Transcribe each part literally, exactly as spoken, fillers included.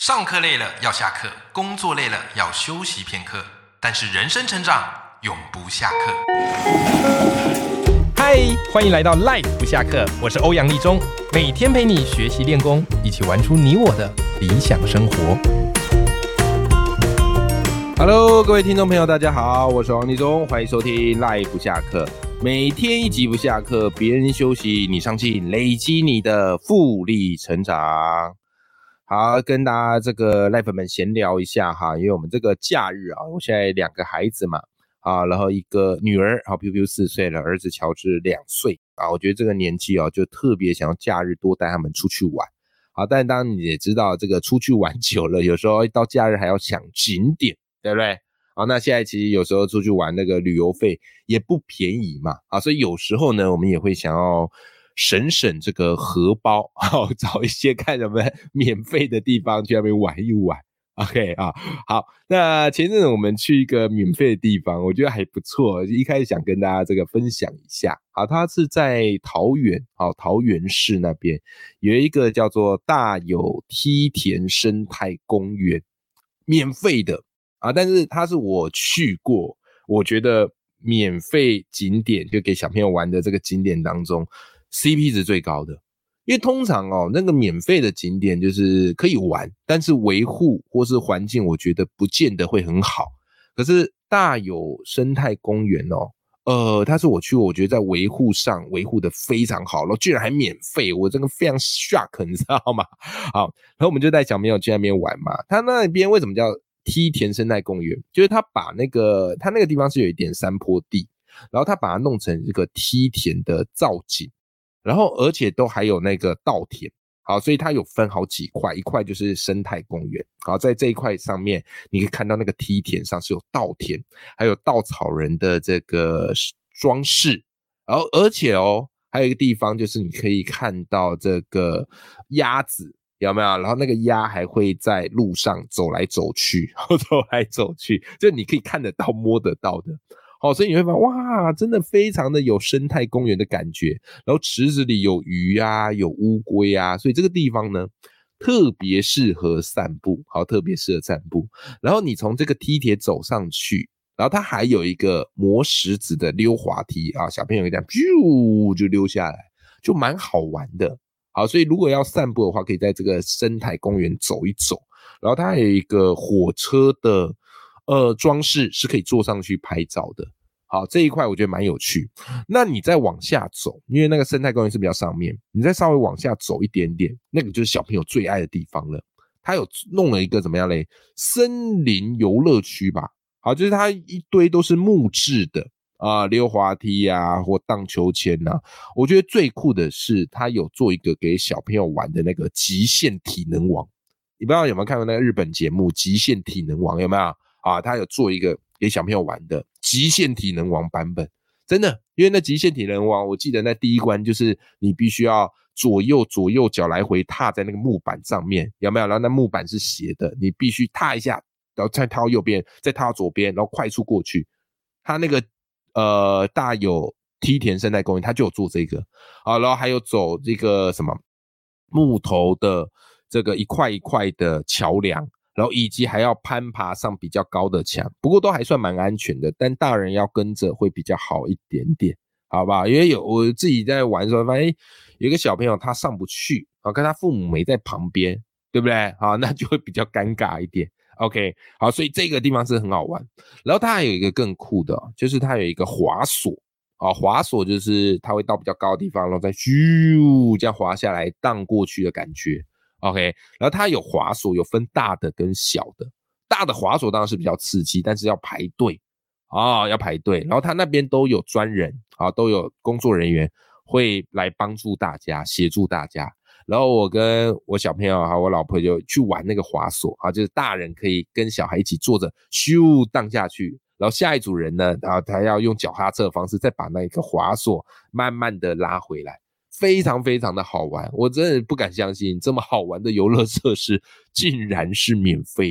上课累了要下课，工作累了要休息片刻，但是人生成长永不下课。嗨，欢迎来到 Life 不下课，我是欧阳立中，每天陪你学习练功，一起玩出你我的理想生活。 Hello， 各位听众朋友，大家好，我是欧阳立中，欢迎收听 Life 不下课。每天一集不下课，别人休息你上进，累积你的复利成长。好，跟大家这个 Life 们闲聊一下哈，因为我们这个假日啊，我现在两个孩子嘛，啊，然后一个女儿啊 ，Piu Piu 四岁了，儿子乔治两岁啊，我觉得这个年纪啊，就特别想要假日多带他们出去玩。好，但当然你也知道，这个出去玩久了，有时候到假日还要想景点，对不对？好，那现在其实有时候出去玩那个旅游费也不便宜嘛，啊，所以有时候呢，我们也会想要省省这个荷包，好，找一些看什么免费的地方去那边玩一玩。OK 啊，好，那前阵子我们去一个免费的地方，我觉得还不错，一开始想跟大家这个分享一下。好，它是在桃园，好，桃园市那边有一个叫做大有梯田生态公园，免费的啊，但是它是我去过，我觉得免费景点就给小朋友玩的这个景点当中 C P 值最高的。因为通常哦，那个免费的景点就是可以玩，但是维护或是环境我觉得不见得会很好。可是大有生态公园哦，呃，它是我去过，我觉得在维护上维护的非常好，然后居然还免费，我真的非常 shock， 你知道吗？好，然后我们就带小朋友去那边玩嘛。它那边为什么叫梯田生态公园？就是它把那个它那个地方是有一点山坡地，然后它把它弄成这个梯田的造景。然后而且都还有那个稻田，好，所以它有分好几块，一块就是生态公园，好，在这一块上面你可以看到那个梯田上是有稻田，还有稻草人的这个装饰，然后而且哦还有一个地方就是你可以看到这个鸭子，有没有？然后那个鸭还会在路上走来走去，走来走去，就你可以看得到摸得到的。好，所以你会发现哇，真的非常的有生态公园的感觉，然后池子里有鱼啊，有乌龟啊，所以这个地方呢特别适合散步，好，特别适合散步。然后你从这个梯田走上去，然后它还有一个磨石子的溜滑梯啊，小朋友这样咻就溜下来，就蛮好玩的。好，所以如果要散步的话，可以在这个生态公园走一走。然后它还有一个火车的呃，装饰是可以坐上去拍照的。好，这一块我觉得蛮有趣。那你再往下走，因为那个生态公园是比较上面，你再稍微往下走一点点，那个就是小朋友最爱的地方了。它有弄了一个怎么样嘞？森林游乐区吧。好，就是它一堆都是木质的啊，溜滑梯啊，或荡秋千啊。我觉得最酷的是，它有做一个给小朋友玩的那个极限体能王。你不知道有没有看过那个日本节目《极限体能王》有没有？啊，他有做一个给小朋友玩的极限体能王版本，真的，因为那极限体能王，我记得那第一关就是你必须要左右左右脚来回踏在那个木板上面，有没有？然后那木板是斜的，你必须踏一下，然后再踏到右边，再踏到左边，然后快速过去。他那个呃大有梯田生态公园，他就有做这个啊，然后还有走这个什么木头的这个一块一块的桥梁。然后以及还要攀爬上比较高的墙，不过都还算蛮安全的，但大人要跟着会比较好一点点，好不好？因为有我自己在玩的时候发现，有一个小朋友他上不去，啊，跟他父母没在旁边，对不对？好，那就会比较尴尬一点。OK， 好，所以这个地方是很好玩。然后它还有一个更酷的，就是它有一个滑索，啊，滑索就是它会到比较高的地方，然后再咻这样滑下来荡过去的感觉。OK， 然后它有滑索，有分大的跟小的。大的滑索当然是比较刺激，但是要排队啊、哦，要排队。然后它那边都有专人啊，都有工作人员会来帮助大家，协助大家。然后我跟我小朋友还有我老婆就去玩那个滑索啊，就是大人可以跟小孩一起坐着咻荡下去，然后下一组人呢，然后他要用脚踏车的方式再把那个滑索慢慢的拉回来。非常非常的好玩，我真的不敢相信这么好玩的游乐设施竟然是免费的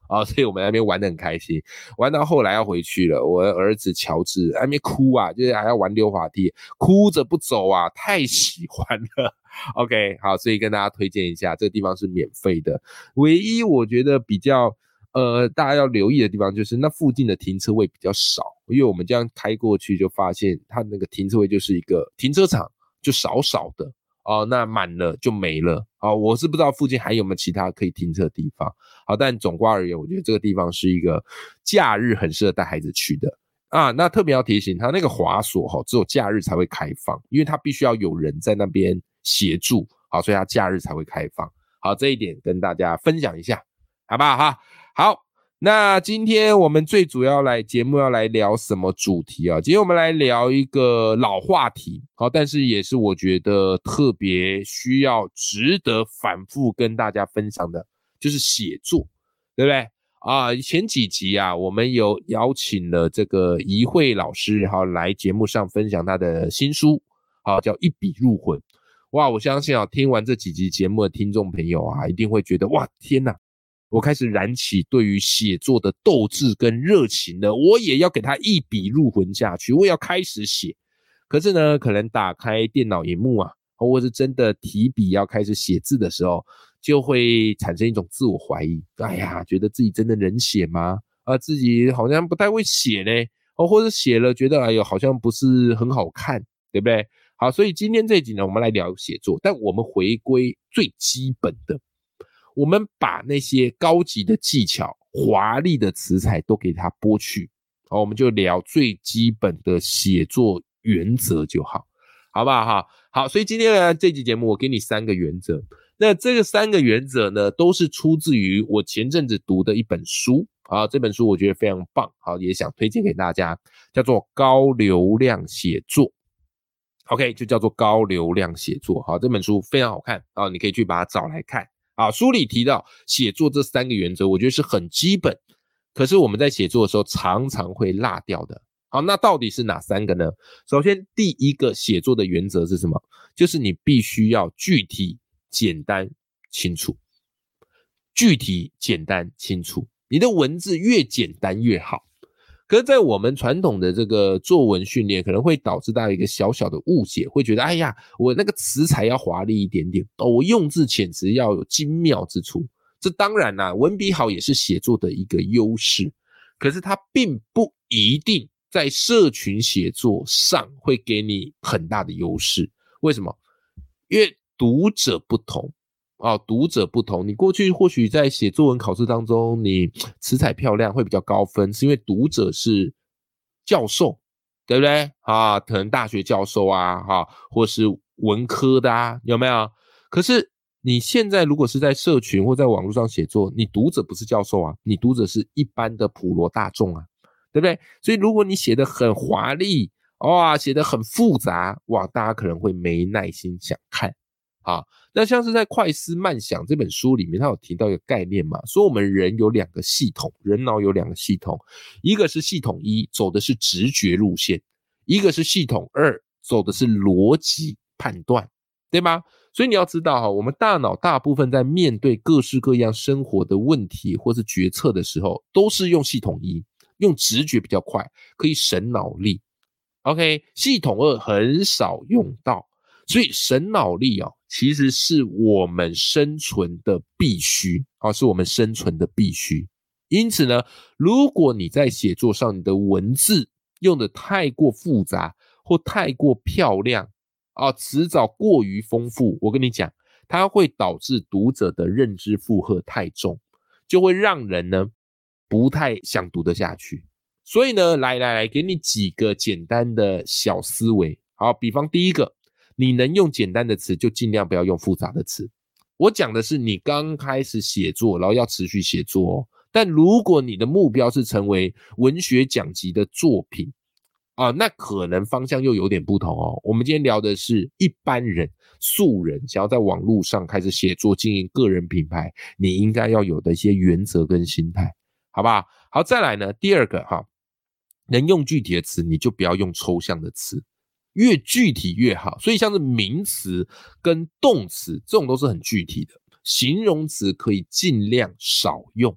啊，所以我们那边玩得很开心，玩到后来要回去了，我儿子乔治那边哭啊，就是还要玩溜滑梯，哭着不走啊，太喜欢了。OK， 好，所以跟大家推荐一下，这个地方是免费的。唯一我觉得比较呃大家要留意的地方就是那附近的停车位比较少，因为我们这样开过去就发现它那个停车位就是一个停车场，就少少的。哦，那满了就没了。哦，我是不知道附近还有没有其他可以停车的地方。好，但总括而言，我觉得这个地方是一个假日很适合带孩子去的啊。那特别要提醒他，那个滑索哈、哦，只有假日才会开放，因为他必须要有人在那边协助，好，所以他假日才会开放。好，这一点跟大家分享一下，好不好哈？好。那今天我们最主要来节目要来聊什么主题啊？今天我们来聊一个老话题，好，但是也是我觉得特别需要值得反复跟大家分享的，就是写作，对不对？啊，前几集啊，我们有邀请了这个怡慧老师，好，来节目上分享他的新书，好，叫《一笔入魂》。哇，我相信啊，听完这几集节目的听众朋友啊，一定会觉得哇，天哪！我开始燃起对于写作的斗志跟热情了，我也要给他一笔入魂下去，我也要开始写。可是呢，可能打开电脑萤幕啊，或是真的提笔要开始写字的时候，就会产生一种自我怀疑。哎呀，觉得自己真的能写吗？啊，自己好像不太会写呢，哦，或者写了觉得哎呦好像不是很好看，对不对？好，所以今天这一集呢，我们来聊写作，但我们回归最基本的。我们把那些高级的技巧、华丽的词采都给它剥去，好，我们就聊最基本的写作原则就好，好不好哈？好，所以今天呢这期节目我给你三个原则，那这个三个原则呢都是出自于我前阵子读的一本书啊，这本书我觉得非常棒，好，也想推荐给大家，叫做《高流量写作》。OK， 就叫做高流量写作，好，这本书非常好看啊，你可以去把它找来看。啊，书里提到写作这三个原则，我觉得是很基本，可是我们在写作的时候常常会落掉的。好，那到底是哪三个呢？首先，第一个写作的原则是什么？就是你必须要具体、简单、清楚。具体、简单、清楚，你的文字越简单越好。可是在我们传统的这个作文训练，可能会导致大家一个小小的误解，会觉得哎呀，我那个词采要华丽一点点，哦，我用字遣词要有精妙之处。这当然啦，文笔好也是写作的一个优势，可是它并不一定在社群写作上会给你很大的优势。为什么？因为读者不同。哦，读者不同，你过去或许在写作文考试当中，你词采漂亮会比较高分，是因为读者是教授，对不对？啊，可能大学教授啊，哈，或是文科的啊，有没有？可是你现在如果是在社群或在网络上写作，你读者不是教授啊，你读者是一般的普罗大众啊，对不对？所以如果你写得很华丽，哇，写得很复杂，哇，大家可能会没耐心想看。好，那像是在《快思慢想》这本书里面，它有提到一个概念嘛，说我们人有两个系统，人脑有两个系统，一个是系统一，走的是直觉路线，一个是系统二，走的是逻辑判断，对吗？所以你要知道哈，我们大脑大部分在面对各式各样生活的问题或是决策的时候，都是用系统一，用直觉比较快，可以省脑力。OK， 系统二很少用到。所以省脑力哦，其实是我们生存的必须啊，是我们生存的必须。因此呢，如果你在写作上你的文字用的太过复杂或太过漂亮啊，词藻过于丰富，我跟你讲，它会导致读者的认知负荷太重，就会让人呢不太想读得下去。所以呢，来来来，给你几个简单的小思维。好，比方第一个。你能用简单的词就尽量不要用复杂的词。我讲的是你刚开始写作，然后要持续写作哦。但如果你的目标是成为文学奖级的作品啊，那可能方向又有点不同哦。我们今天聊的是一般人、素人，想要在网络上开始写作、经营个人品牌，你应该要有的一些原则跟心态，好不好？好，再来呢，第二个哈，能用具体的词，你就不要用抽象的词。越具体越好，所以像是名词跟动词这种都是很具体的，形容词可以尽量少用，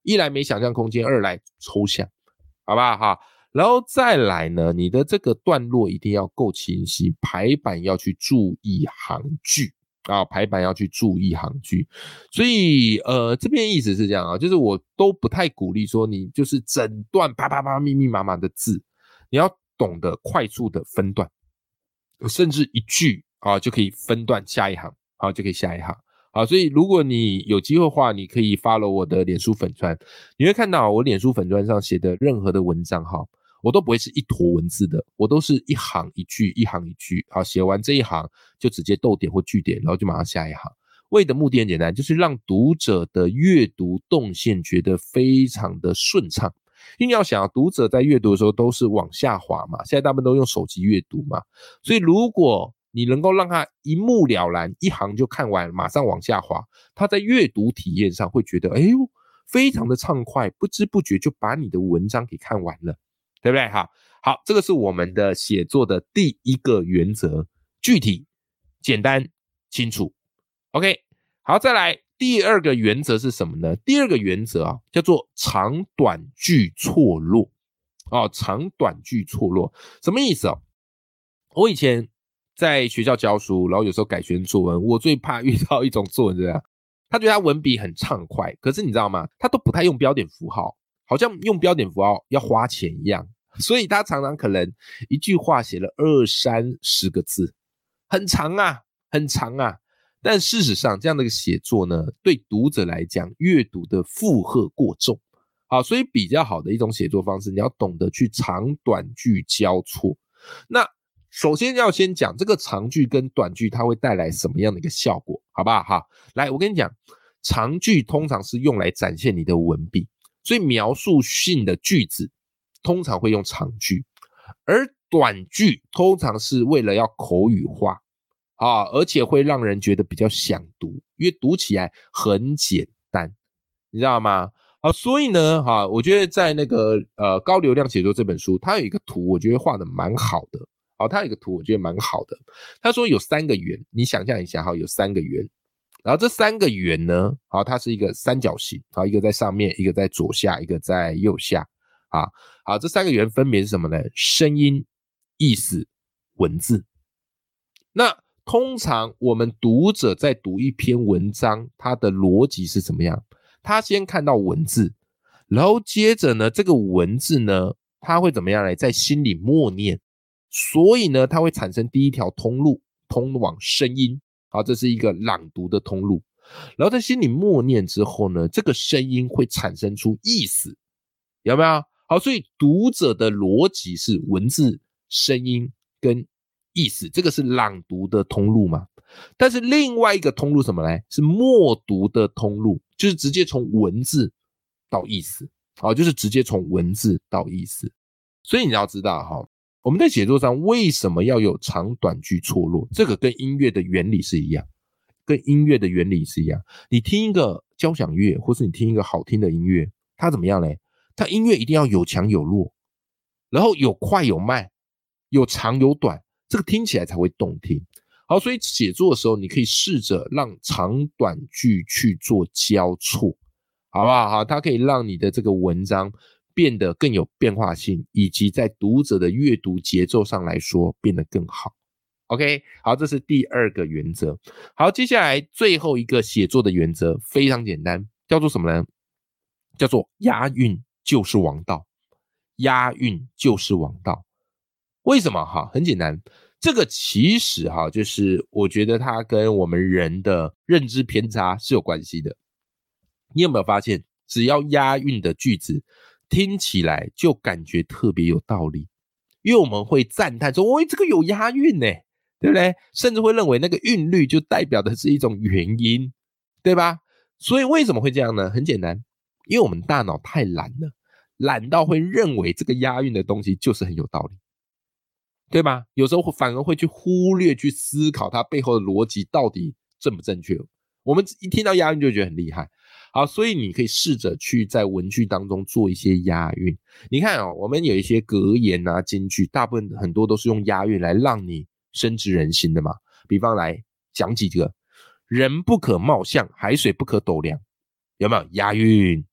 一来没想象空间，二来抽象，好不好哈？然后再来呢，你的这个段落一定要够清晰，排版要去注意行距啊，排版要去注意行距。所以呃，这边意思是这样啊，就是我都不太鼓励说你就是整段啪啪啪密密麻麻的字，你要懂得快速的分段，甚至一句啊就可以分段下一行，好就可以下一行。好，所以如果你有机会的话，你可以 follow 我的脸书粉专，你会看到我脸书粉专上写的任何的文章哈，我都不会是一坨文字的，我都是一行一句一行一句，好，写完这一行就直接逗点或句点，然后就马上下一行。为的目的很简单，就是让读者的阅读动线觉得非常的顺畅。因为要想读者在阅读的时候都是往下滑嘛，现在大部分都用手机阅读嘛，所以如果你能够让他一目了然，一行就看完，马上往下滑，他在阅读体验上会觉得哎呦非常的畅快，不知不觉就把你的文章给看完了，对不对？好，好，这个是我们的写作的第一个原则，具体、简单、清楚。OK， 好，再来第二个原则是什么呢？第二个原则啊，叫做长短句错落。哦，长短句错落什么意思哦？我以前在学校教书，然后有时候改学生作文，我最怕遇到一种作文这样，他觉得他文笔很畅快，可是你知道吗？他都不太用标点符号，好像用标点符号要花钱一样，所以他常常可能一句话写了二三十个字，很长啊，很长啊。但事实上，这样的一个写作呢，对读者来讲，阅读的负荷过重。好，所以比较好的一种写作方式，你要懂得去长短句交错。那首先要先讲这个长句跟短句它会带来什么样的一个效果，好不好？好，来，我跟你讲，长句通常是用来展现你的文笔，所以描述性的句子通常会用长句，而短句通常是为了要口语化啊，而且会让人觉得比较想读，因为读起来很简单，你知道吗？好，所以呢，哈，我觉得在那个呃高流量写作这本书，它有一个图，我觉得画的蛮好的。好，它有一个图，我觉得蛮好的。他说有三个圆，你想象一下，哈，有三个圆，然后这三个圆呢，好，它是一个三角形，好，一个在上面，一个在左下，一个在右下，啊，好，这三个圆分别是什么呢？声音、意思、文字。那通常我们读者在读一篇文章，它的逻辑是怎么样？他先看到文字，然后接着呢，这个文字呢，他会怎么样呢？在心里默念，所以呢，它会产生第一条通路，通往声音。好，这是一个朗读的通路。然后在心里默念之后呢，这个声音会产生出意思，有没有？好，所以读者的逻辑是文字、声音跟意思，这个是朗读的通路嘛。但是另外一个通路什么呢？是默读的通路，就是直接从文字到意思，好，就是直接从文字到意思。所以你要知道哈，我们在写作上为什么要有长短句错落？这个跟音乐的原理是一样，跟音乐的原理是一样。你听一个交响乐，或是你听一个好听的音乐，它怎么样呢？它音乐一定要有强有弱，然后有快有慢，有长有短，这个听起来才会动听。好，所以写作的时候，你可以试着让长短句去做交错，好不好？好，它可以让你的这个文章变得更有变化性，以及在读者的阅读节奏上来说变得更好。OK， 好，这是第二个原则。好，接下来最后一个写作的原则非常简单，叫做什么呢？叫做押韵就是王道。押韵就是王道。为什么？哈，很简单。这个其实哈，就是我觉得它跟我们人的认知偏差是有关系的。你有没有发现，只要押韵的句子听起来就感觉特别有道理，因为我们会赞叹说，喂，这个有押韵呢，对不对？甚至会认为那个韵律就代表的是一种元音，对吧？所以为什么会这样呢？很简单，因为我们大脑太懒了，懒到会认为这个押韵的东西就是很有道理。对吧？有时候反而会去忽略去思考它背后的逻辑到底正不正确。我们一听到押韵就觉得很厉害。好，所以你可以试着去在文句当中做一些押韵。你看哦，我们有一些格言啊、金句，大部分很多都是用押韵来让你深植人心的嘛。比方来讲几个，人不可貌相，海水不可斗量，有没有押韵？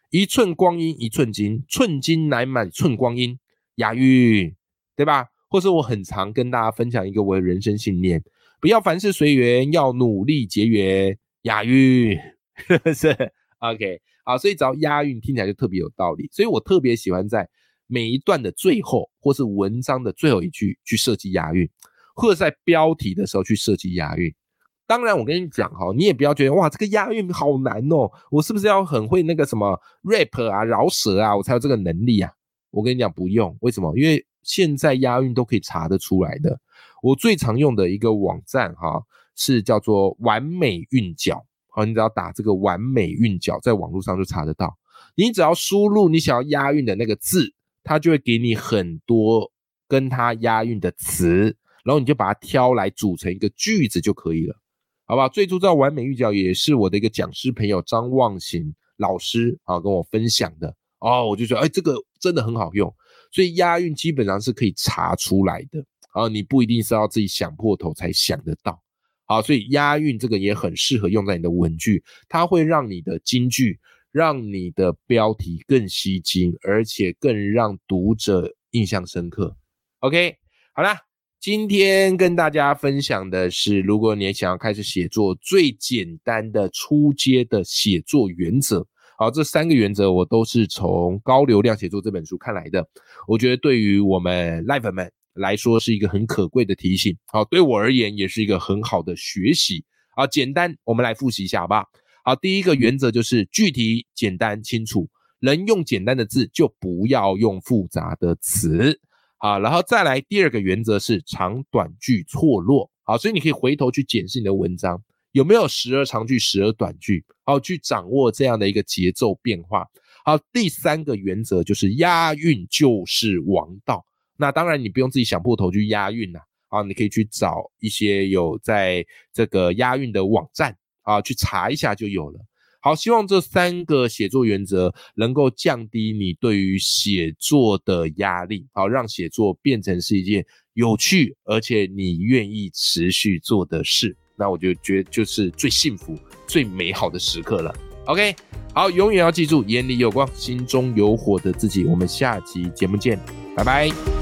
一寸光阴一寸金，寸金难买寸光阴，押韵，对吧？或者我很常跟大家分享一个我的人生信念，不要凡事随缘，要努力结缘，押韵，是不是 ？OK， 好，所以只要押韵听起来就特别有道理，所以我特别喜欢在每一段的最后，或是文章的最后一句去设计押韵，或者在标题的时候去设计押韵。当然我跟你讲齁，你也不要觉得哇这个押韵好难哦，我是不是要很会那个什么 rap 啊饶舌啊我才有这个能力啊？我跟你讲不用，为什么？因为现在押韵都可以查得出来的。我最常用的一个网站齁是叫做完美韵脚，好，你只要打这个完美韵脚在网络上就查得到，你只要输入你想要押韵的那个字，它就会给你很多跟它押韵的词，然后你就把它挑来组成一个句子就可以了，好不好？最初这完美韵脚也是我的一个讲师朋友张望行老师啊跟我分享的哦，我就觉得哎，这个真的很好用，所以押韵基本上是可以查出来的啊，你不一定是要自己想破头才想得到。好，所以押韵这个也很适合用在你的文句，它会让你的金句，让你的标题更吸睛，而且更让读者印象深刻。OK， 好啦。今天跟大家分享的是，如果你想要开始写作，最简单的初阶的写作原则。好，这三个原则我都是从《高流量写作》这本书看来的，我觉得对于我们赖粉们来说是一个很可贵的提醒。好，对我而言也是一个很好的学习。好，简单，我们来复习一下好不好？好，第一个原则就是具体、简单、清楚，能用简单的字就不要用复杂的词。好，然后再来第二个原则是长短句错落。好，所以你可以回头去检视你的文章有没有时而长句时而短句，好，去掌握这样的一个节奏变化。好，第三个原则就是押韵就是王道。那当然你不用自己想破头去押韵啊，好，你可以去找一些有在这个押韵的网站啊，去查一下就有了。好，希望这三个写作原则能够降低你对于写作的压力，好，让写作变成是一件有趣而且你愿意持续做的事。那我就觉得就是最幸福最美好的时刻了。 OK， 好，永远要记住眼里有光心中有火的自己。我们下期节目见，拜拜。